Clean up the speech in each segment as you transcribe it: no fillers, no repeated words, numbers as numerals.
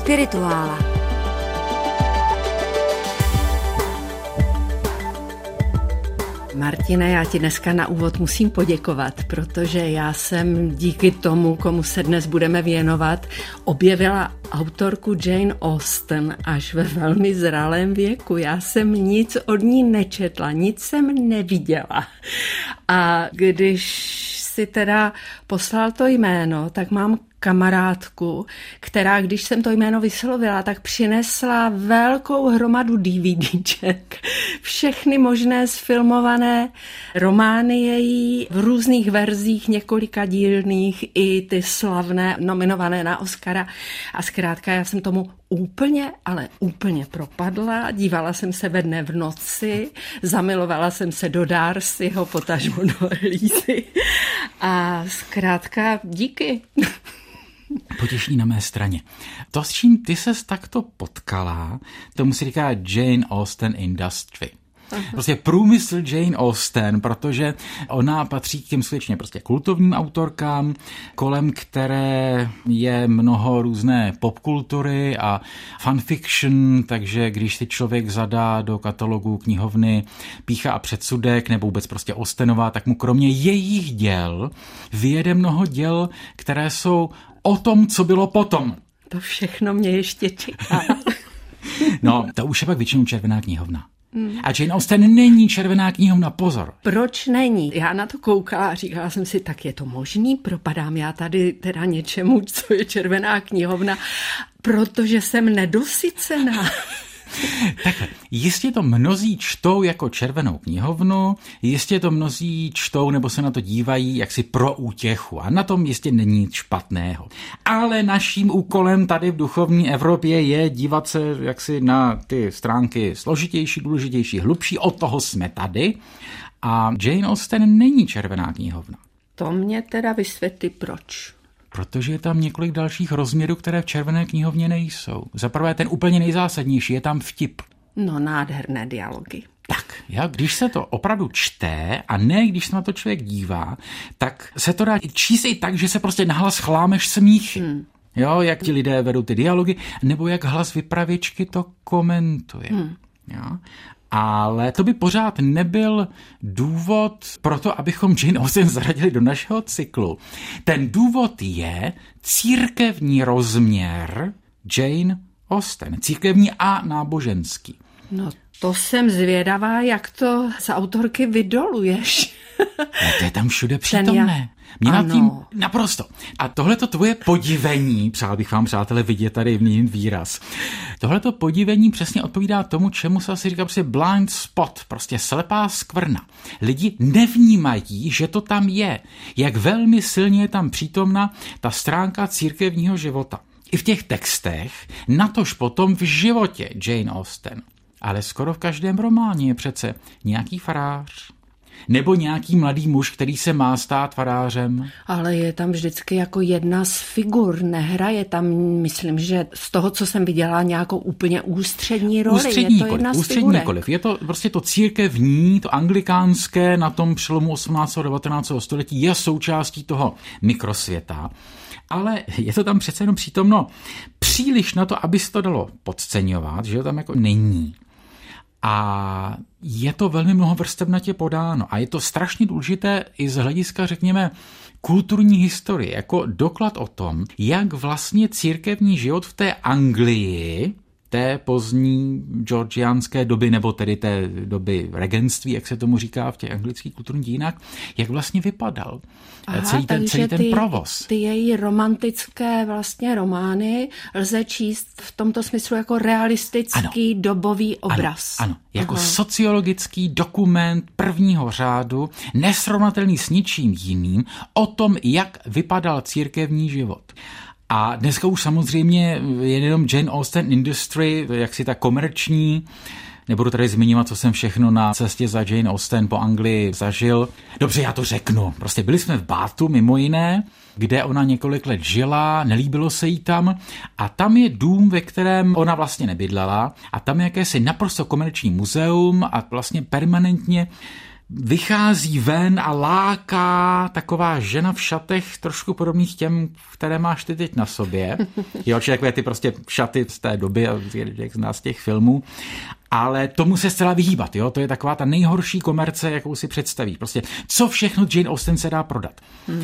Spirituála. Martine, já ti dneska na úvod musím poděkovat, protože já jsem díky tomu, komu se dnes budeme věnovat, objevila autorku Jane Austen až ve velmi zralém věku. Já jsem nic od ní nečetla, nic jsem neviděla. A když si teda poslal to jméno, tak mám kamarádku, která, když jsem to jméno vyslovila, tak přinesla velkou hromadu DVDček. Všechny možné zfilmované romány její v různých verzích, několika dílných, i ty slavné nominované na Oscara. A zkrátka já jsem tomu úplně, ale úplně propadla. Dívala jsem se ve dne v noci, zamilovala jsem se do Darcyho, potažmo do Elízy. A zkrátka díky. Potěšení na mé straně. To, s čím ty ses takto potkala, tomu se říká Jane Austen Industry. Prostě průmysl Jane Austen, protože ona patří k těm skutečně prostě kultovním autorkám, kolem které je mnoho různé popkultury a fanfiction, takže když si člověk zadá do katalogu knihovny Pýcha a předsudek nebo vůbec prostě Austenová, tak mu kromě jejich děl vyjede mnoho děl, které jsou o tom, co bylo potom. To všechno mě ještě čeká. No, to už je pak většinou červená knihovna. A Jane Austen není červená knihovna, pozor. Proč není? Já na to koukala a říkala jsem si, tak je to možný? Propadám já tady teda něčemu, co je červená knihovna, protože jsem nedosycená. Takhle, jistě to mnozí čtou jako červenou knihovnu, jistě to mnozí čtou nebo se na to dívají jaksi pro útěchu a na tom jistě není nic špatného. Ale naším úkolem tady v duchovní Evropě je dívat se jaksi na ty stránky složitější, důležitější, hlubší, od toho jsme tady a Jane Austen není červená knihovna. To mě teda vysvětlí proč. Protože je tam několik dalších rozměrů, které v červené knihovně nejsou. Za prvé ten úplně nejzásadnější, je tam vtip. No, nádherné dialogy. Tak, když se to opravdu čte a ne když se na to člověk dívá, tak se to dá číst i tak, že se prostě nahlas chlámeš smíchy. Jo, jak ti lidé vedou ty dialogy, nebo jak hlas vypravěčky to komentuje. Jo? Ale to by pořád nebyl důvod pro to, abychom Jane Austen zaradili do našeho cyklu. Ten důvod je církevní rozměr Jane Austen. Církevní a náboženský. No to jsem zvědavá, jak to z autorky vydoluješ. No, to je tam všude přítomné. Mě nad tím naprosto. A tohleto tvoje podivení, přál bych vám, přátelé, vidět tady v výraz. Tohleto podivení přesně odpovídá tomu, čemu se asi říká prostě blind spot, prostě slepá skvrna. Lidi nevnímají, že to tam je. Jak velmi silně je tam přítomna ta stránka církevního života. I v těch textech, natož potom v životě Jane Austen. Ale skoro v každém románě je přece nějaký farář. Nebo nějaký mladý muž, který se má stát farářem. Ale je tam vždycky jako jedna z figur, nehraje tam, myslím, že z toho, co jsem viděla, nějakou úplně ústřední roli. Ústřední koliv. Je to prostě to církevní, to anglikánské na tom přelomu 18. a 19. století je součástí toho mikrosvěta. Ale je to tam přece jenom přítomno příliš na to, aby se to dalo podceňovat, že to tam jako není. A je to velmi mnohovrstevnatě podáno a je to strašně důležité i z hlediska, řekněme, kulturní historie, jako doklad o tom, jak vlastně církevní život v té Anglii, té pozdní georgiánské doby, nebo tedy té doby regentství, jak se tomu říká v těch anglických kulturních dějinách, jak vlastně vypadal. Celý ten provoz. Ty její romantické vlastně romány lze číst v tomto smyslu jako realistický dobový obraz. Ano, jako sociologický dokument prvního řádu, nesrovnatelný s ničím jiným, o tom, jak vypadal církevní život. A dneska už samozřejmě je jenom Jane Austen Industry, jak si ta komerční, nebudu tady zmiňovat, co jsem všechno na cestě za Jane Austen po Anglii zažil. Dobře, já to řeknu. Prostě byli jsme v Bathu, mimo jiné, kde ona několik let žila, nelíbilo se jí tam a tam je dům, ve kterém ona vlastně nebydlela a tam je jakési naprosto komerční muzeum a vlastně permanentně vychází ven a láká taková žena v šatech trošku podobných těm, které máš ty teď na sobě. Jo, či takové ty prostě šaty z té doby, jak zná z těch filmů. Ale tomu se zcela vyhýbat, jo? To je taková ta nejhorší komerce, jakou si představí. Prostě co všechno Jane Austen se dá prodat.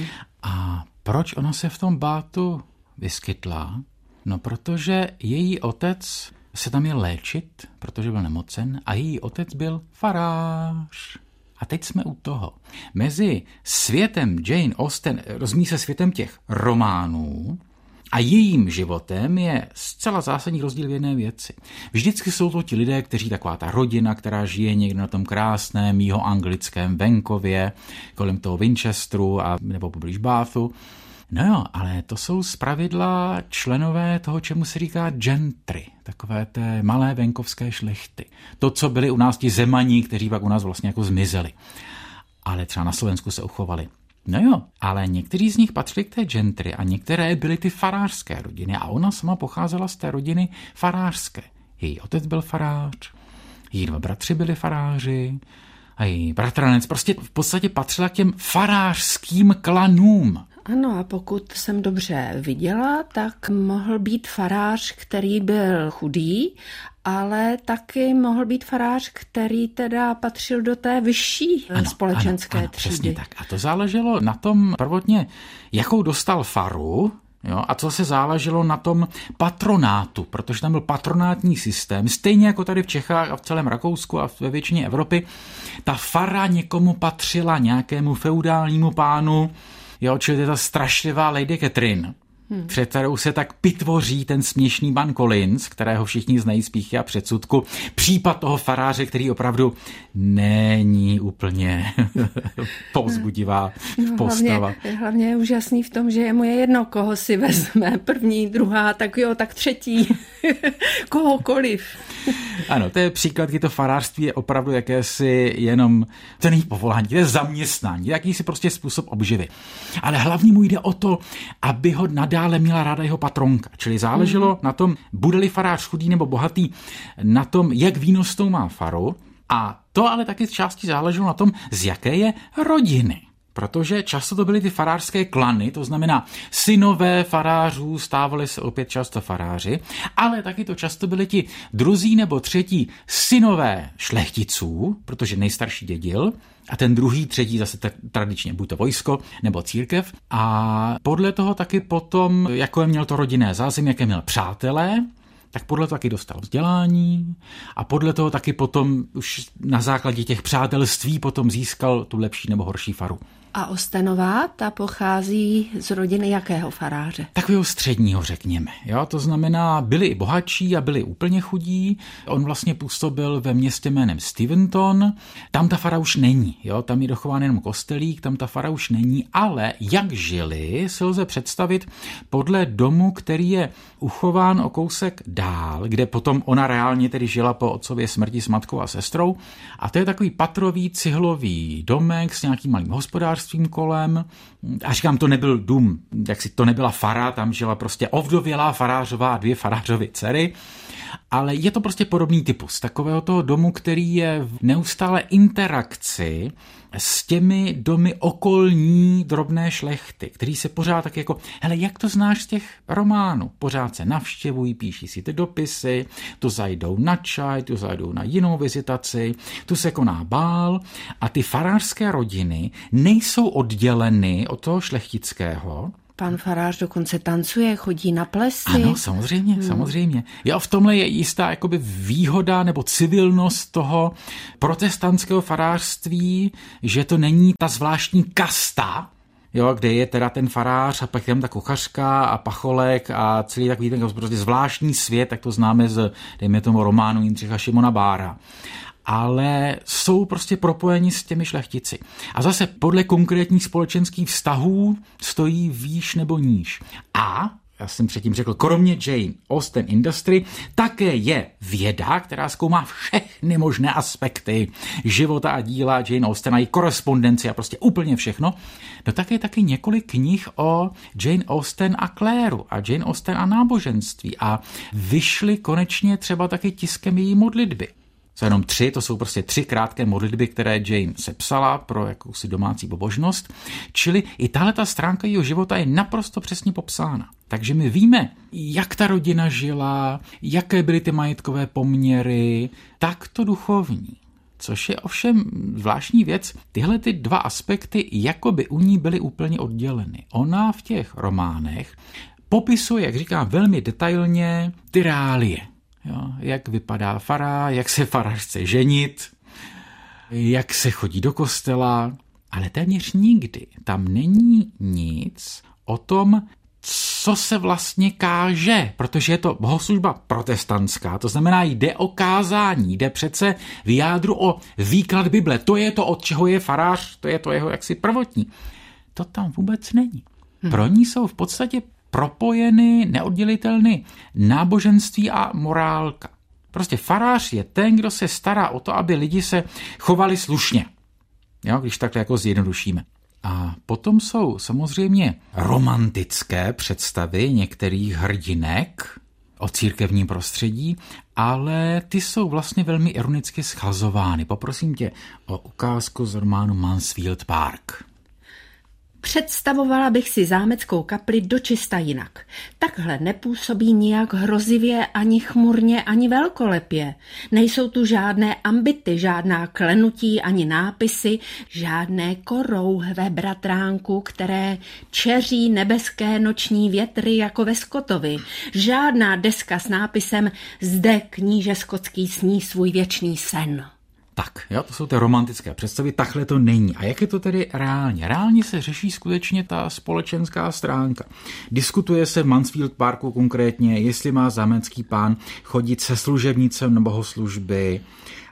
A proč ona se v tom bátu vyskytla? No, protože její otec se tam jel léčit, protože byl nemocen a její otec byl farář. A teď jsme u toho. Mezi světem Jane Austen, rozumí se světem těch románů, a jejím životem je zcela zásadní rozdíl v jedné věci. Vždycky jsou to ti lidé, kteří taková ta rodina, která žije někde na tom krásném jihoanglickém venkově, kolem toho Winchesteru a nebo poblíž Bathu. No jo, ale to jsou zpravidla členové toho, čemu se říká gentry, takové té malé venkovské šlechty. To, co byli u nás ti zemaní, kteří pak u nás vlastně jako zmizeli. Ale třeba na Slovensku se uchovali. No jo, ale někteří z nich patřili k té gentry a některé byly ty farářské rodiny a ona sama pocházela z té rodiny farářské. Její otec byl farář, její dva bratři byli faráři a její bratranec prostě v podstatě patřila k těm farářským klanům. Ano, a pokud jsem dobře viděla, tak mohl být farář, který byl chudý, ale taky mohl být farář, který teda patřil do té vyšší společenské třídy. Přesně tak. A to záleželo na tom prvotně, jakou dostal faru, jo, a co se záleželo na tom patronátu, protože tam byl patronátní systém, stejně jako tady v Čechách a v celém Rakousku a ve většině Evropy. Ta fara někomu patřila, nějakému feudálnímu pánu, jo, čili to je ta strašlivá Lady Catherine, před kterou se tak pitvoří ten směšný pan Collins, kterého všichni znají z Pýchy a předsudku. Případ toho faráře, který opravdu není úplně povzbudivá postava. Hlavně je úžasný v tom, že je mu je jedno, koho si vezme. První, druhá, tak jo, tak třetí. Kohokoliv. Ano, to je příklad, kdy to farářství je opravdu jakési jenom, to není povolání, to je zaměstnání, jakýsi prostě způsob obživy. Ale hlavně mu jde o to, aby ho nadále měla ráda jeho patronka. Čili záleželo na tom, bude-li farář chudý nebo bohatý, na tom, jak výnosnou má faru. A to ale taky z části záleželo na tom, z jaké je rodiny. Protože často to byly ty farářské klany, to znamená synové farářů, stávali se opět často faráři, ale taky to často byli ti druzí nebo třetí synové šlechticů, protože nejstarší dědil, a ten druhý, třetí zase tradičně buď to vojsko nebo církev. A podle toho taky potom, jako měl to rodinné zázemí, jaké měl přátelé, tak podle toho taky dostal vzdělání a podle toho taky potom už na základě těch přátelství potom získal tu lepší nebo horší faru. A Austenová, ta pochází z rodiny jakého faráře? Takového středního, řekněme. Jo? To znamená, byli i bohatší a byli úplně chudí. On vlastně působil ve městě jménem Steventon. Tam ta fara už není. Jo? Tam je dochován jenom kostelík, tam ta fara už není. Ale jak žili, se lze představit podle domu, který je uchován o kousek dál, kde potom ona reálně tedy žila po otcově smrti s matkou a sestrou. A to je takový patrový cihlový domek s nějakým malým hospodářstvím kolem. A říkám, to nebyl dům, jaksi to nebyla fara, tam žila prostě ovdovělá farářová a 2 farářovy dcery, ale je to prostě podobný typus takového toho domu, který je v neustále interakci s těmi domy okolní drobné šlechty, který se pořád tak jako, hele, jak to znáš z těch románů? Pořád se navštěvují, píší si ty dopisy, tu zajdou na čaj, tu zajdou na jinou vizitaci, tu se koná bál a ty farářské rodiny nejsou odděleny od toho šlechtického. Pan farář dokonce tancuje, chodí na plesy. Ano, samozřejmě. Jo, v tomhle je jistá jakoby výhoda nebo civilnost toho protestantského farářství, že to není ta zvláštní kasta, jo, kde je teda ten farář a pak tam ta kuchařka a pacholek a celý takový ten prostě zvláštní svět, tak to známe z, dejme tomu, románu Jindřicha Šimona Bára. Ale jsou prostě propojeni s těmi šlechtici. A zase podle konkrétních společenských vztahů stojí výš nebo níž. A já jsem předtím řekl, kromě Jane Austen Industry, také je věda, která zkoumá všechny možné aspekty života a díla Jane Austen a její korespondenci a prostě úplně všechno. No také taky několik knih o Jane Austen a Clairu a Jane Austen a náboženství a vyšly konečně třeba taky tiskem její modlitby. Jsou jenom 3, to jsou prostě 3 krátké modlitby, které Jane sepsala pro jakousi domácí pobožnost. Čili i tahleta stránka jeho života je naprosto přesně popsána. Takže my víme, jak ta rodina žila, jaké byly ty majetkové poměry, tak to duchovní. Což je ovšem zvláštní věc, tyhle ty 2 aspekty jakoby u ní byly úplně odděleny. Ona v těch románech popisuje, jak říkám, velmi detailně ty reálie. Jo, jak vypadá farář, jak se farář chce ženit, jak se chodí do kostela, ale téměř nikdy tam není nic o tom, co se vlastně káže, protože je to bohoslužba protestantská, to znamená jde o kázání, jde přece v jádru o výklad Bible, to je to, od čeho je farář, to je to jeho jaksi prvotní. To tam vůbec není. Pro ní jsou v podstatě propojeny, neoddělitelny náboženství a morálka. Prostě farář je ten, kdo se stará o to, aby lidi se chovali slušně. Jo, když takhle jako zjednodušíme. A potom jsou samozřejmě romantické představy některých hrdinek o církevním prostředí, ale ty jsou vlastně velmi ironicky schlazovány. Poprosím tě o ukázku z románu Mansfield Park. Představovala bych si zámeckou kapli dočista jinak. Takhle nepůsobí nijak hrozivě, ani chmurně, ani velkolepě. Nejsou tu žádné ambity, žádná klenutí, ani nápisy, žádné korouhve bratránku, které čeří nebeské noční větry jako ve Scottovi. Žádná deska s nápisem "Zde kníže skotský sní svůj věčný sen". Tak, jo, to jsou ty romantické představy, takhle to není. A jak je to tedy reálně? Reálně se řeší skutečně ta společenská stránka. Diskutuje se v Mansfield Parku konkrétně, jestli má zámecký pán chodit se služebnicem na bohoslužby,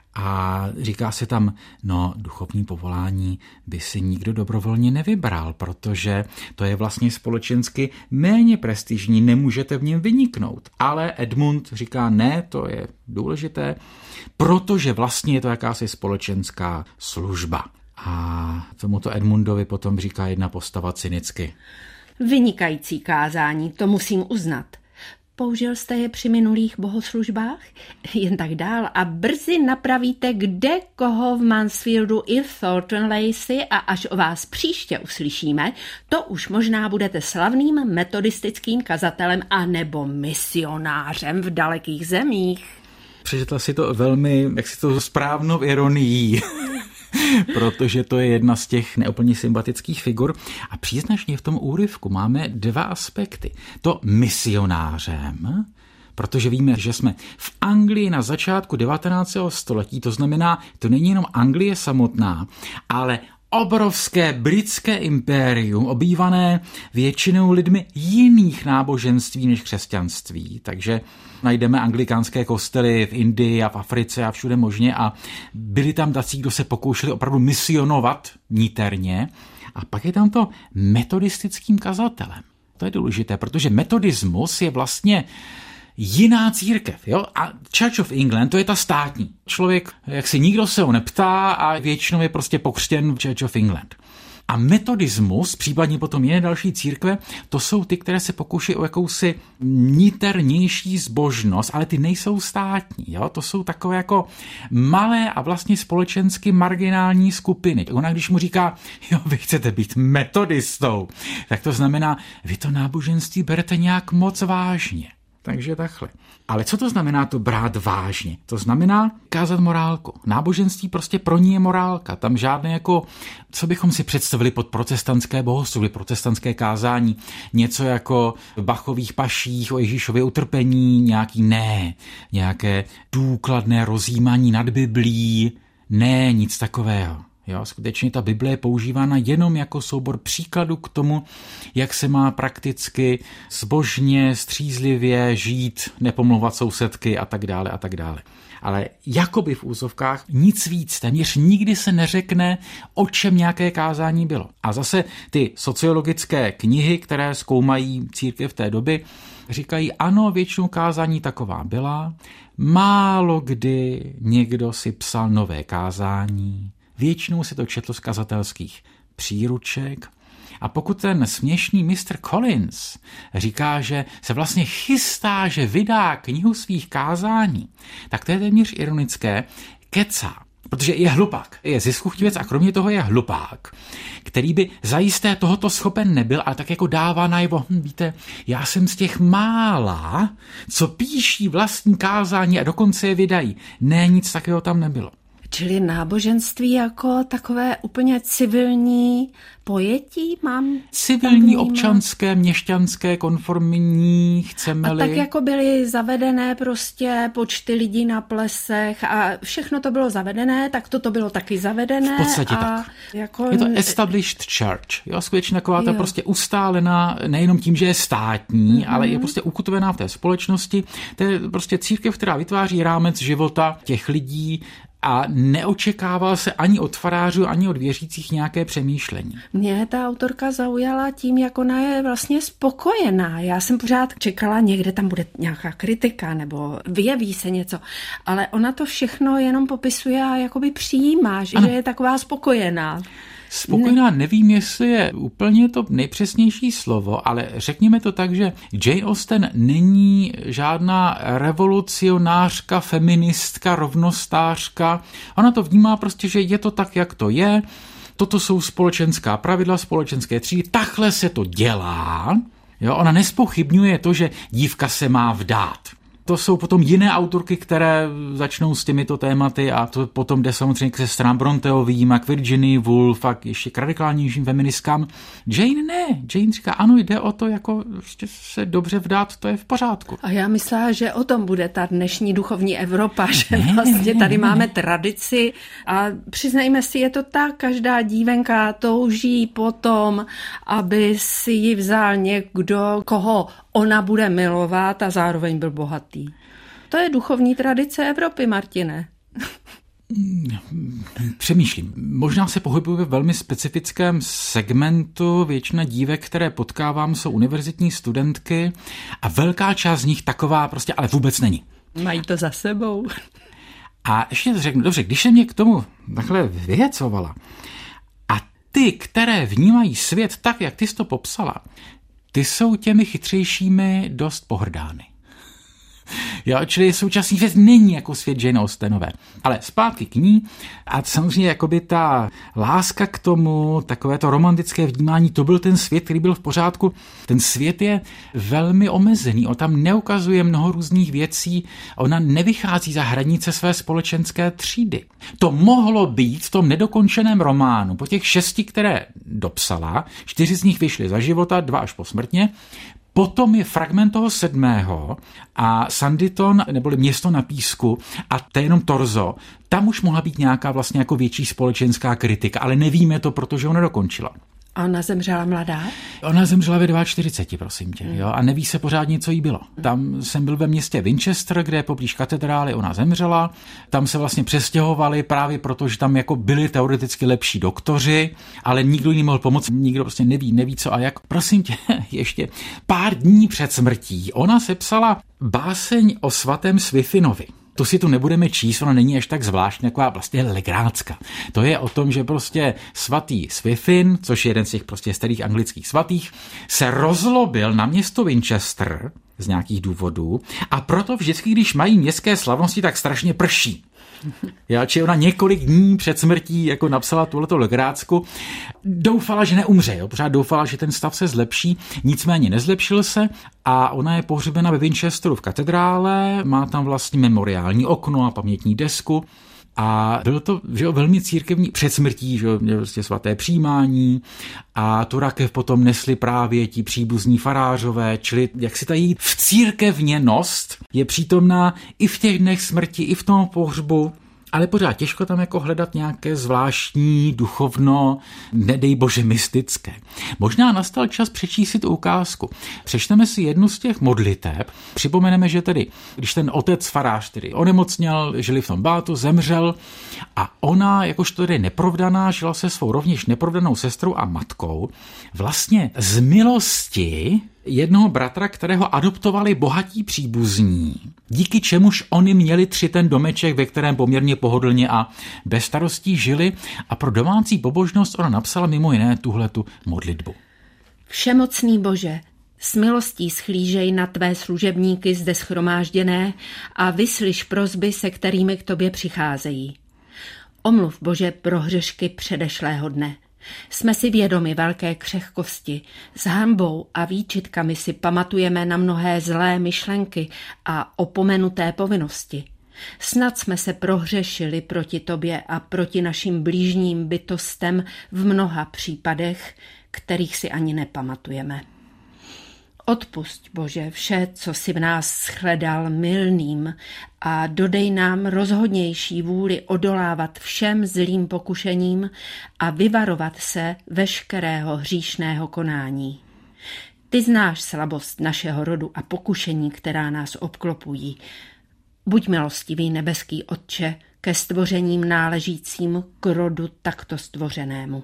a říká se tam, no duchovní povolání by si nikdo dobrovolně nevybral, protože to je vlastně společensky méně prestižní, nemůžete v něm vyniknout. Ale Edmund říká, ne, to je důležité, protože vlastně je to jakási společenská služba. A tomuto Edmundovi potom říká jedna postava cynicky. Vynikající kázání, to musím uznat. Použil jste je při minulých bohoslužbách? Jen tak dál a brzy napravíte kde koho v Mansfieldu i v Thornton Lacey a až o vás příště uslyšíme, to už možná budete slavným metodistickým kazatelem anebo misionářem v dalekých zemích. Přečetla si to velmi, jak si to správnou ironií, protože to je jedna z těch neúplně sympatických figur. A příznačně v tom úryvku máme 2 aspekty. To misionářem, protože víme, že jsme v Anglii na začátku 19. století, to znamená, to není jenom Anglie samotná, ale obrovské britské impérium, obývané většinou lidmi jiných náboženství než křesťanství. Takže najdeme anglikánské kostely v Indii a v Africe a všude možně a byli tam tací, kdo se pokoušeli opravdu misionovat niterně. A pak je tam to metodistickým kazatelem. To je důležité, protože metodismus je vlastně jiná církev, jo? A Church of England, to je ta státní. Člověk, jak si nikdo se ho neptá a většinou je prostě pokřtěn v Church of England. A metodismus, případně potom jiné další církve, to jsou ty, které se pokouší o jakousi niternější zbožnost, ale ty nejsou státní. Jo? To jsou takové jako malé a vlastně společensky marginální skupiny. Ona, když mu říká, jo, vy chcete být metodistou, tak to znamená, vy to náboženství berete nějak moc vážně. Takže takhle. Ale co to znamená to brát vážně? To znamená kázat morálku. Náboženství prostě pro ní je morálka. Tam žádné jako, co bychom si představili pod protestantské bohoslužby, protestantské kázání. Něco jako Bachových paších o Ježíšově utrpení, nějaké důkladné rozjímání nad Biblí. Ne, nic takového. Jo, skutečně ta Bible je používána jenom jako soubor příkladů k tomu, jak se má prakticky zbožně, střízlivě žít, nepomlouvat sousedky a tak dále a tak dále. Ale jakoby v úzovkách nic víc, téměř nikdy se neřekne, o čem nějaké kázání bylo. A zase ty sociologické knihy, které zkoumají církev té doby, říkají, ano, většinou kázání taková byla, málo kdy někdo si psal nové kázání, většinou se to četlo z kazatelských příruček. A pokud ten směšný Mr. Collins říká, že se vlastně chystá, že vydá knihu svých kázání, tak to je téměř ironické, kecá, protože je hlupák, je ziskuchtivec a kromě toho je hlupák, který by zajisté tohoto schopen nebyl, ale tak jako dává najevo, víte, já jsem z těch mála, co píší vlastní kázání a dokonce je vydají. Ne, nic takového tam nebylo. Čili náboženství jako takové úplně civilní pojetí mám? Civilní, občanské, měšťanské, konformní, chceme-li. A tak jako byly zavedené prostě počty lidí na plesech a všechno to bylo zavedené, tak toto bylo taky zavedené. V podstatě a tak. Jako... Je to established church. Jo, skutečně taková ta prostě ustálená, nejenom tím, že je státní, ale je prostě ukotvená v té společnosti. To je prostě církev, která vytváří rámec života těch lidí, a neočekával se ani od farářů, ani od věřících nějaké přemýšlení. Mě ta autorka zaujala tím, jak ona je vlastně spokojená. Já jsem pořád čekala, někde tam bude nějaká kritika nebo vyjeví se něco, ale ona to všechno jenom popisuje a jakoby přijímá, že je taková spokojená. Spokojená nevím, jestli je úplně to nejpřesnější slovo, ale řekněme to tak, že Jane Austen není žádná revolucionářka, feministka, rovnostářka. Ona to vnímá prostě, že je to tak, jak to je. Toto jsou společenská pravidla, společenské třídy. Takhle se to dělá. Jo, ona nespochybňuje to, že dívka se má vdát. To jsou potom jiné autorky, které začnou s těmito tématy a to potom jde samozřejmě k sestrám Bronteovým a k Virginii Woolf a ještě k radikálnějším feministkám. Jane ne. Jane říká, ano, jde o to, jako prostě se dobře vdát, to je v pořádku. A já myslela, že o tom bude ta dnešní duchovní Evropa, že vlastně tady máme tradici a přiznejme si, je to tak, každá dívenka touží potom, aby si ji vzal někdo, koho ona bude milovat a zároveň byl bohatý. To je duchovní tradice Evropy, Martine. Přemýšlím. Možná se pohybuji ve velmi specifickém segmentu. Většina dívek, které potkávám, jsou univerzitní studentky a velká část z nich taková prostě ale vůbec není. Mají to za sebou. A ještě to řeknu, dobře, když se mě k tomu takhle vyhecovala a ty, které vnímají svět tak, jak ty jsi to popsala, ty jsou těmi chytřejšími dost pohrdány. Jo, čili současný svět není jako svět Jane Austenové. Ale zpátky k ní a samozřejmě jakoby ta láska k tomu, takové to romantické vnímání, to byl ten svět, který byl v pořádku. Ten svět je velmi omezený, on tam neukazuje mnoho různých věcí, ona nevychází za hranice své společenské třídy. To mohlo být v tom nedokončeném románu, po těch 6, které dopsala, 4 z nich vyšly za života, 2 až posmrtně. Potom je fragment toho 7. a Sanditon, neboli Město na písku, a to je jenom torzo. Tam už mohla být nějaká vlastně jako větší společenská kritika, ale nevíme to, protože ona dokončila. A ona zemřela mladá? Ona zemřela ve 42, prosím tě, jo, a neví se pořádně, co jí bylo. Tam jsem byl ve městě Winchester, kde poblíž katedrály ona zemřela. Tam se vlastně přestěhovali právě proto, že tam jako byli teoreticky lepší doktoři, ale nikdo jí nemohl pomoct, nikdo prostě neví co a jak. Prosím tě, ještě pár dní před smrtí ona sepsala báseň o svatém Swithinovi. To si tu nebudeme číst, ona není až tak zvláštní, jako vlastně legrácka. To je o tom, že prostě svatý Swithin, což je jeden z těch prostě starých anglických svatých, se rozlobil na město Winchester z nějakých důvodů a proto vždycky, když mají městské slavnosti, tak strašně prší. Já, či ona několik dní před smrtí jako napsala tuhleto legrácku, doufala, že neumře, jo? Pořád doufala, že ten stav se zlepší, nicméně nezlepšil se a ona je pohřbena ve Winchesteru v katedrále, má tam vlastně memoriální okno a pamětní desku a bylo to velmi církevní před smrtí, že vlastně svaté přijímání a tu rakev potom nesli právě ti příbuzní farářové, čili jak si ta její vcírkevněnost je přítomná i v těch dnech smrti, i v tom pohřbu, ale pořád těžko tam jako hledat nějaké zvláštní, duchovno, nedej bože mystické. Možná nastal čas přečíst si tu ukázku. Přečteme si jednu z těch modliteb. Připomeneme, že tedy, když ten otec farář tedy onemocněl, žili v tom bátu, zemřel a ona, jakožto tedy neprovdaná, žila se svou rovněž neprovdanou sestrou a matkou, vlastně z milosti jednoho bratra, kterého adoptovali bohatí příbuzní, díky čemuž oni měli 3 ten domeček, ve kterém poměrně pohodlně a bez starostí žili a pro domácí pobožnost ona napsala mimo jiné tuhletu modlitbu. Všemocný Bože, s milostí schlížej na tvé služebníky zde shromážděné a vyslyš prosby, se kterými k tobě přicházejí. Omluv, Bože, pro hřešky předešlého dne. Jsme si vědomi velké křehkosti. S hanbou a výčitkami si pamatujeme na mnohé zlé myšlenky a opomenuté povinnosti. Snad jsme se prohřešili proti tobě a proti našim blížním bytostem v mnoha případech, kterých si ani nepamatujeme. Odpusť, Bože, vše, co si v nás shledal mylným a dodej nám rozhodnější vůli odolávat všem zlým pokušením a vyvarovat se veškerého hříšného konání. Ty znáš slabost našeho rodu a pokušení, která nás obklopují. Buď milostivý, nebeský Otče, ke stvořením náležícím k rodu takto stvořenému.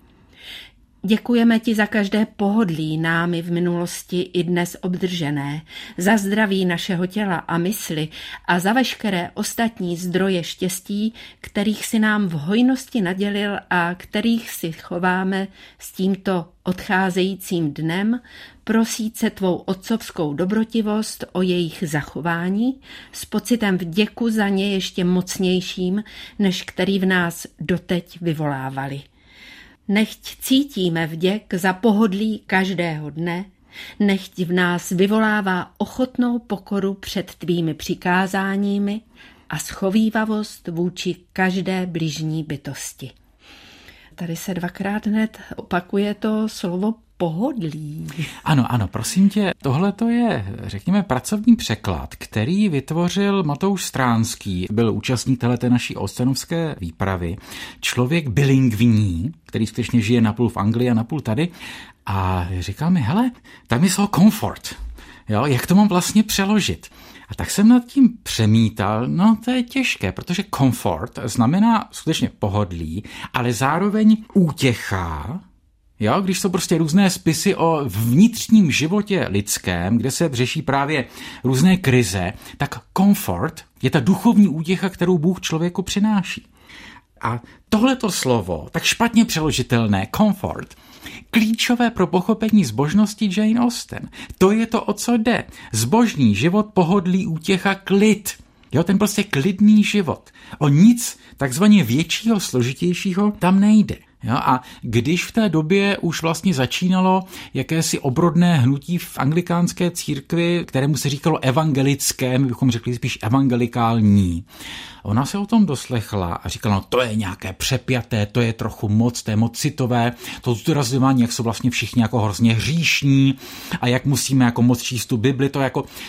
Děkujeme ti za každé pohodlí námi v minulosti i dnes obdržené, za zdraví našeho těla a mysli a za veškeré ostatní zdroje štěstí, kterých si nám v hojnosti nadělil a kterých si chováme s tímto odcházejícím dnem, prosít se tvou otcovskou dobrotivost o jejich zachování s pocitem vděku za ně ještě mocnějším, než který v nás doteď vyvolávali. Nechť cítíme vděk za pohodlí každého dne, nechť v nás vyvolává ochotnou pokoru před tvými přikázáními a schovívavost vůči každé bližní bytosti. Tady se dvakrát hned opakuje to slovo pohodlí. Ano, prosím tě, tohle to je, řekněme, pracovní překlad, který vytvořil Matouš Stránský, byl účastník téhleté naší austenovské výpravy, člověk bilingvní, který skutečně žije napůl v Anglii a napůl tady, a říkal mi, hele, tam je slovo comfort, jo, jak to mám vlastně přeložit? A tak jsem nad tím přemítal, no to je těžké, protože comfort znamená skutečně pohodlí, ale zároveň útěcha. Jo, když jsou prostě různé spisy o vnitřním životě lidském, kde se řeší právě různé krize, tak comfort je ta duchovní útěcha, kterou Bůh člověku přináší. A tohleto slovo, tak špatně přeložitelné, comfort, klíčové pro pochopení zbožnosti Jane Austen. To je to, o co jde. Zbožný život, pohodlí, útěcha, klid. Jo, ten prostě klidný život. O nic takzvaně většího, složitějšího tam nejde. Jo, a když v té době už vlastně začínalo jakési obrodné hnutí v anglikánské církvi, kterému se říkalo evangelické, my bychom řekli spíš evangelikální, ona se o tom doslechla a říkala, no to je nějaké přepjaté, to je trochu moc, to je moc citové, to zdůrazňování, jak jsou vlastně všichni jako hrozně hříšní a jak musíme jako moc číst tu Bibli, to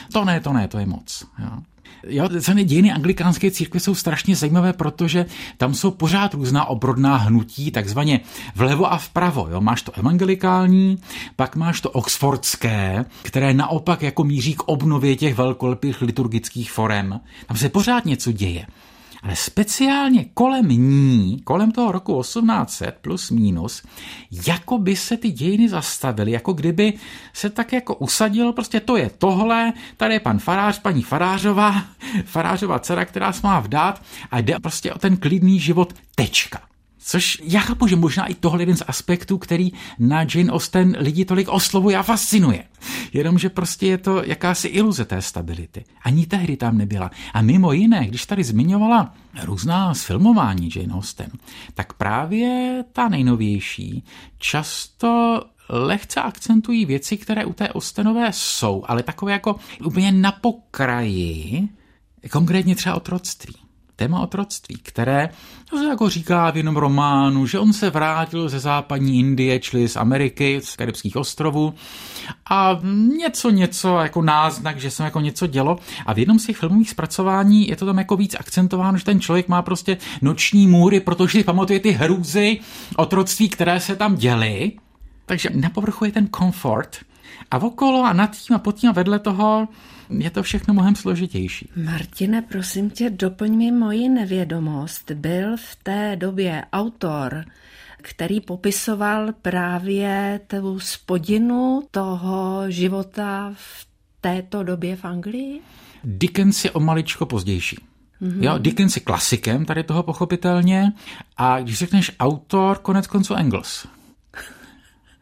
je moc. Jo. Jo, dějiny anglikánské církve jsou strašně zajímavé, protože tam jsou pořád různá obrodná hnutí, takzvaně vlevo a vpravo. Jo. Máš to evangelikální, pak máš to oxfordské, které naopak jako míří k obnově těch velkolepých liturgických forem. Tam se pořád něco děje. Ale speciálně kolem toho roku 1800 plus minus, jako by se ty dějiny zastavily, jako kdyby se tak jako usadilo, prostě to je tohle, tady je pan farář, paní farářová dcera, která se má vdát a jde prostě o ten klidný život, tečka. Což já chápu, že možná i tohle je jeden z aspektů, který na Jane Austen lidi tolik oslovuje a fascinuje. Jenomže prostě je to jakási iluze té stability. Ani tehdy tam nebyla. A mimo jiné, když tady zmiňovala různá zfilmování Jane Austen, tak právě ta nejnovější často lehce akcentují věci, které u té Austenové jsou, ale takové jako úplně na pokraji, konkrétně třeba otroctví. Téma otroctví, které to se jako říká v jednom románu, že on se vrátil ze západní Indie, čili z Ameriky, z Karibských ostrovů a něco jako náznak, že se jako něco dělo a v jednom z těch filmových zpracování je to tam jako víc akcentováno, že ten člověk má prostě noční můry, protože si pamatuje ty hrůzy otroctví, které se tam děly. Takže na povrchu je ten komfort a okolo a nad tím a pod tím a vedle toho je to všechno mnohem složitější. Martine, prosím tě, doplň mi moji nevědomost. Byl v té době autor, který popisoval právě tu spodinu toho života v této době v Anglii? Dickens je o maličko pozdější. Jo, Dickens je klasikem tady toho pochopitelně a když řekneš autor, konec konců Engels.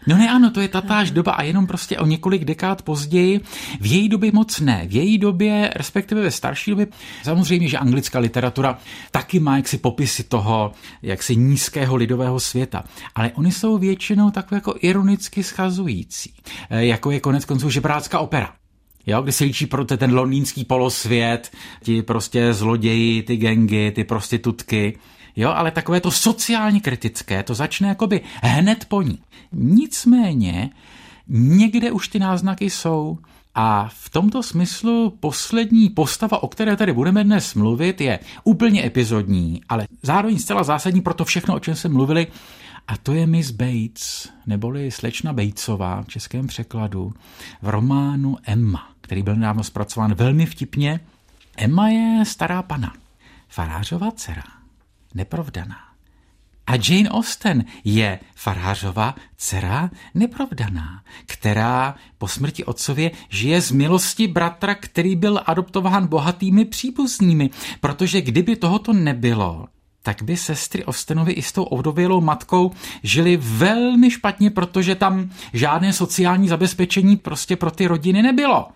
No ne, ano, to je tatáž doba a jenom prostě o několik dekád později. V její době moc ne. V její době, respektive ve starší době, samozřejmě, že anglická literatura taky má jaksi popisy toho, jaksi nízkého lidového světa. Ale oni jsou většinou takové jako ironicky schazující. Jako je konec konců Žebrácká opera. Jo, kdy se líčí pro ten londýnský polosvět, ti prostě zloději, ty gangy, ty prostitutky. Jo, ale takové to sociálně kritické, to začne jakoby hned po ní. Nicméně někde už ty náznaky jsou a v tomto smyslu poslední postava, o které tady budeme dnes mluvit, je úplně epizodní, ale zároveň zcela zásadní pro to všechno, o čem jsme mluvili, a to je Miss Bates, neboli slečna Batesová v českém překladu, v románu Emma, který byl nedávno zpracován velmi vtipně. Emma je stará pana, farářova dcera, neprovdaná. A Jane Austen je farářova dcera neprovdaná, která po smrti otcově žije z milosti bratra, který byl adoptován bohatými příbuznými, protože kdyby tohoto nebylo, tak by sestry Austenovi i s tou ovdovělou matkou žili velmi špatně, protože tam žádné sociální zabezpečení prostě pro ty rodiny nebylo.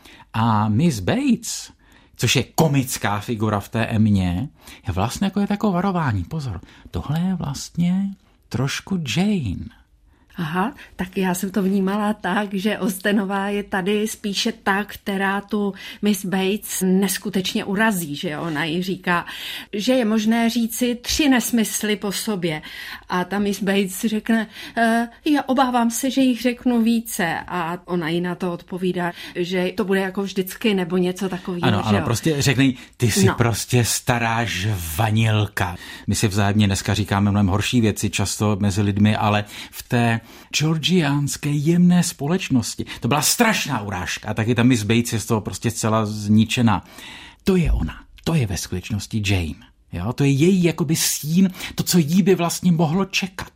A Miss Bates, což je komická figura v té Emmě, je vlastně jako je takové varování. Pozor, tohle je vlastně trošku Jane. Aha, tak já jsem to vnímala tak, že Austenová je tady spíše ta, která tu Miss Bates neskutečně urazí, že ona jí říká, že je možné říci 3 nesmysly po sobě. A ta Miss Bates řekne, já obávám se, že jich řeknu více. A ona jí na to odpovídá, že to bude jako vždycky nebo něco takového. Ano, prostě řeknej, ty jsi prostě stará žvanilka. My si vzájemně dneska říkáme mnohem horší věci často mezi lidmi, ale v té georgiánské jemné společnosti. To byla strašná urážka a taky ta Miss Bates je z toho prostě zcela zničená. To je ona. To je ve skutečnosti Jane. Jo? To je její jakoby stín, to, co jí by vlastně mohlo čekat.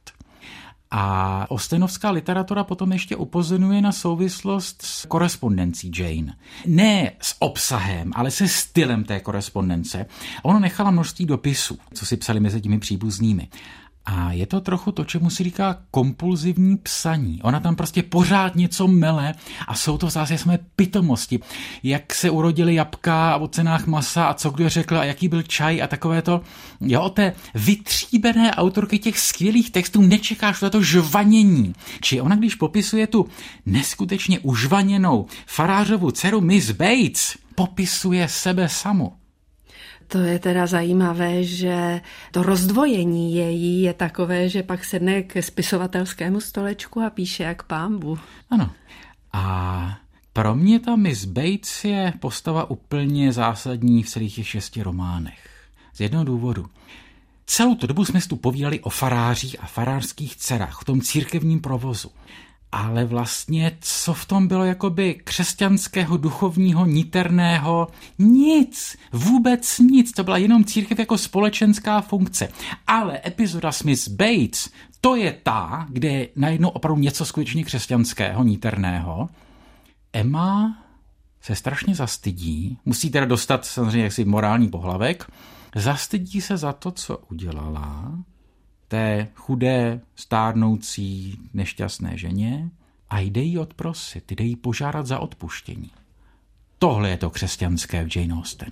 A austenovská literatura potom ještě upozorňuje na souvislost s korespondencí Jane. Ne s obsahem, ale se stylem té korespondence. Ona nechala množství dopisů, co si psali mezi těmi příbuznými. A je to trochu to, čemu si říká kompulzivní psaní. Ona tam prostě pořád něco mele a jsou to zase samé pitomosti. Jak se urodily jabka o cenách masa a co kdo řekl a jaký byl čaj a takové to. Jo, od té vytříbené autorky těch skvělých textů nečekáš na to žvanění. Či ona, když popisuje tu neskutečně užvaněnou farářovu dceru Miss Bates, popisuje sebe samu. To je teda zajímavé, že to rozdvojení její je takové, že pak sedne k spisovatelskému stolečku a píše jak Pán Bůh. Ano. A pro mě ta Miss Bates je postava úplně zásadní v celých těch 6 románech. Z jednoho důvodu. Celou tu dobu jsme si tu povídali o farářích a farářských dcerách, o tom církevním provozu. Ale vlastně, co v tom bylo jakoby křesťanského, duchovního, niterného? Nic, vůbec nic, to byla jenom církev jako společenská funkce. Ale epizoda s Miss Bates, to je ta, kde je najednou opravdu něco skutečně křesťanského, niterného. Emma se strašně zastydí, musí teda dostat samozřejmě jaksi morální pohlavek, zastydí se za to, co udělala, té chudé, stárnoucí, nešťastné ženě a jde jí odprosit, jde jí požádat za odpuštění. Tohle je to křesťanské v Jane Austen.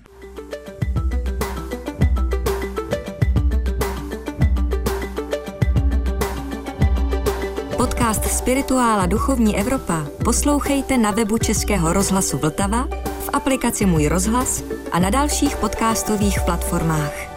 Podcast Spirituála Duchovní Evropa poslouchejte na webu Českého rozhlasu Vltava, v aplikaci Můj rozhlas a na dalších podcastových platformách.